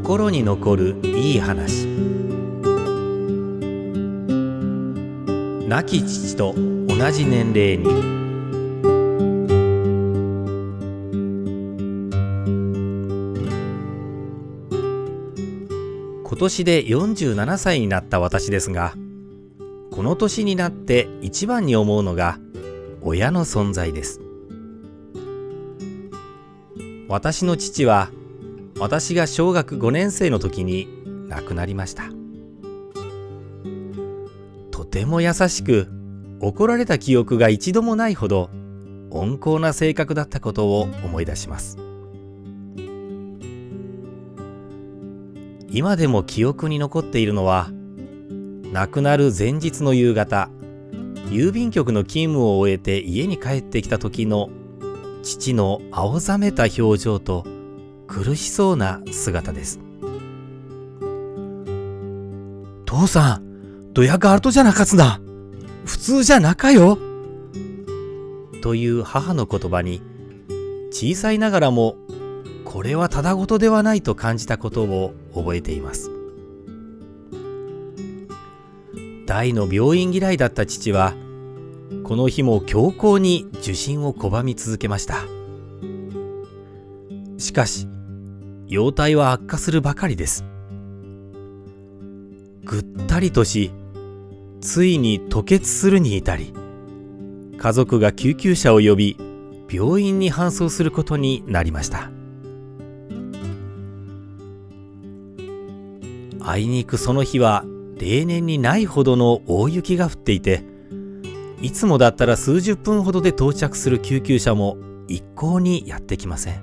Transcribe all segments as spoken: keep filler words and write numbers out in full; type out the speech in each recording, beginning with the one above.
心に残るいい話。亡き父と同じ年齢に。今年でよんじゅうななさいになった私ですが、この年になって一番に思うのが親の存在です。私の父は私が小学ごねん生の時に亡くなりました。とても優しく、怒られた記憶が一度もないほど温厚な性格だったことを思い出します。今でも記憶に残っているのは、亡くなる前日の夕方、郵便局の勤務を終えて家に帰ってきた時の父の青ざめた表情と苦しそうな姿です。父さん、ドヤカートじゃなかつな。普通じゃなかよ。という母の言葉に、小さいながらもこれはただごとではないと感じたことを覚えています。大の病院嫌いだった父は、この日も強硬に受診を拒み続けました。しかし、容体は悪化するばかりです。ぐったりとし、ついに吐血するに至り、家族が救急車を呼び、病院に搬送することになりました。あいにくその日は例年にないほどの大雪が降っていて、いつもだったら数十分ほどで到着する救急車も一向にやってきません。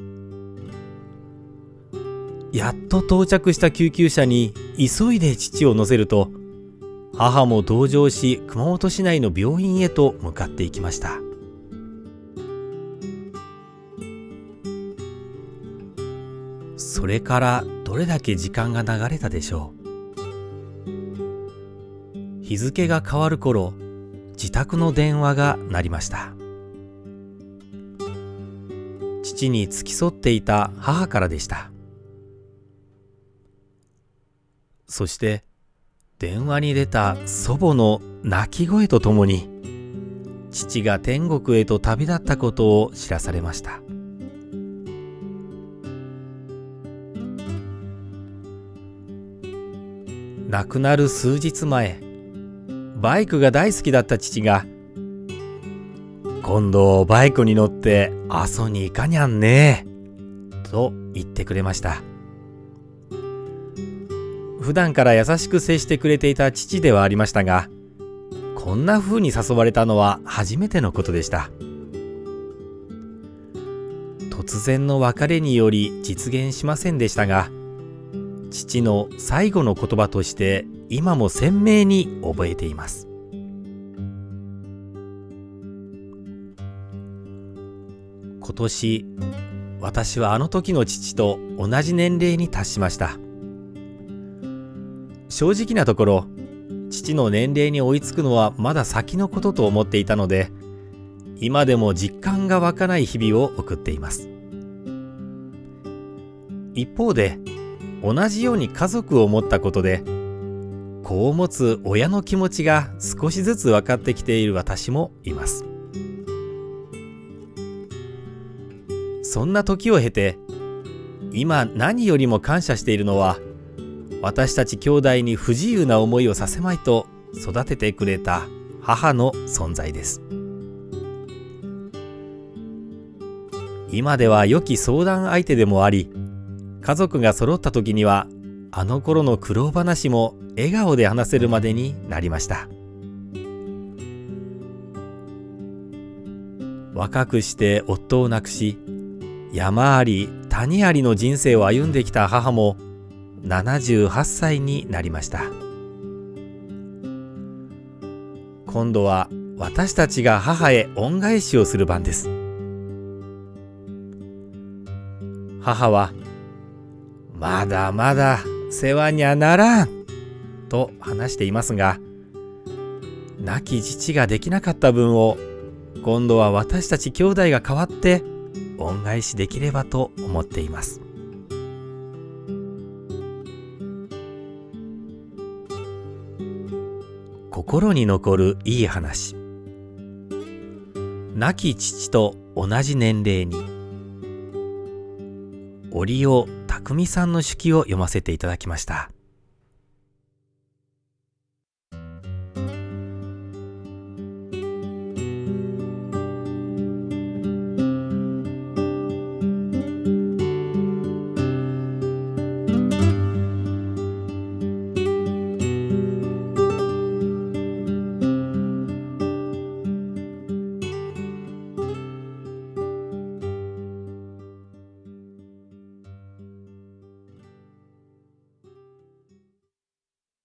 やっと到着した救急車に急いで父を乗せると、母も同乗し熊本市内の病院へと向かっていきました。それからどれだけ時間が流れたでしょう。日付が変わる頃、自宅の電話が鳴りました。父に付き添っていた母からでした。そして電話に出た祖母の泣き声とともに、父が天国へと旅立ったことを知らされました。亡くなる数日前、バイクが大好きだった父が、今度バイクに乗って阿蘇に行かにゃんねと言ってくれました。普段から優しく接してくれていた父ではありましたが、こんな風に誘われたのは初めてのことでした。突然の別れにより実現しませんでしたが、父の最後の言葉として今も鮮明に覚えています。今年、私はあの時の父と同じ年齢に達しました。正直なところ、父の年齢に追いつくのはまだ先のことと思っていたので、今でも実感が湧かない日々を送っています。一方で、同じように家族を持ったことで、子を持つ親の気持ちが少しずつ分かってきている私もいます。そんな時を経て、今何よりも感謝しているのは、私たち兄弟に不自由な思いをさせまいと育ててくれた母の存在です。今では良き相談相手でもあり、家族が揃った時にはあの頃の苦労話も笑顔で話せるまでになりました。若くして夫を亡くし、山あり谷ありの人生を歩んできた母もななじゅうはっさいになりました。今度は私たちが母へ恩返しをする番です。母は、まだまだ世話にゃならんと話していますが、亡き父ができなかった分を今度は私たち兄弟が代わって恩返しできればと思っています。 心に残るいい話。亡き父と同じ年齢に。折尾匠さんの手記を読ませていただきました。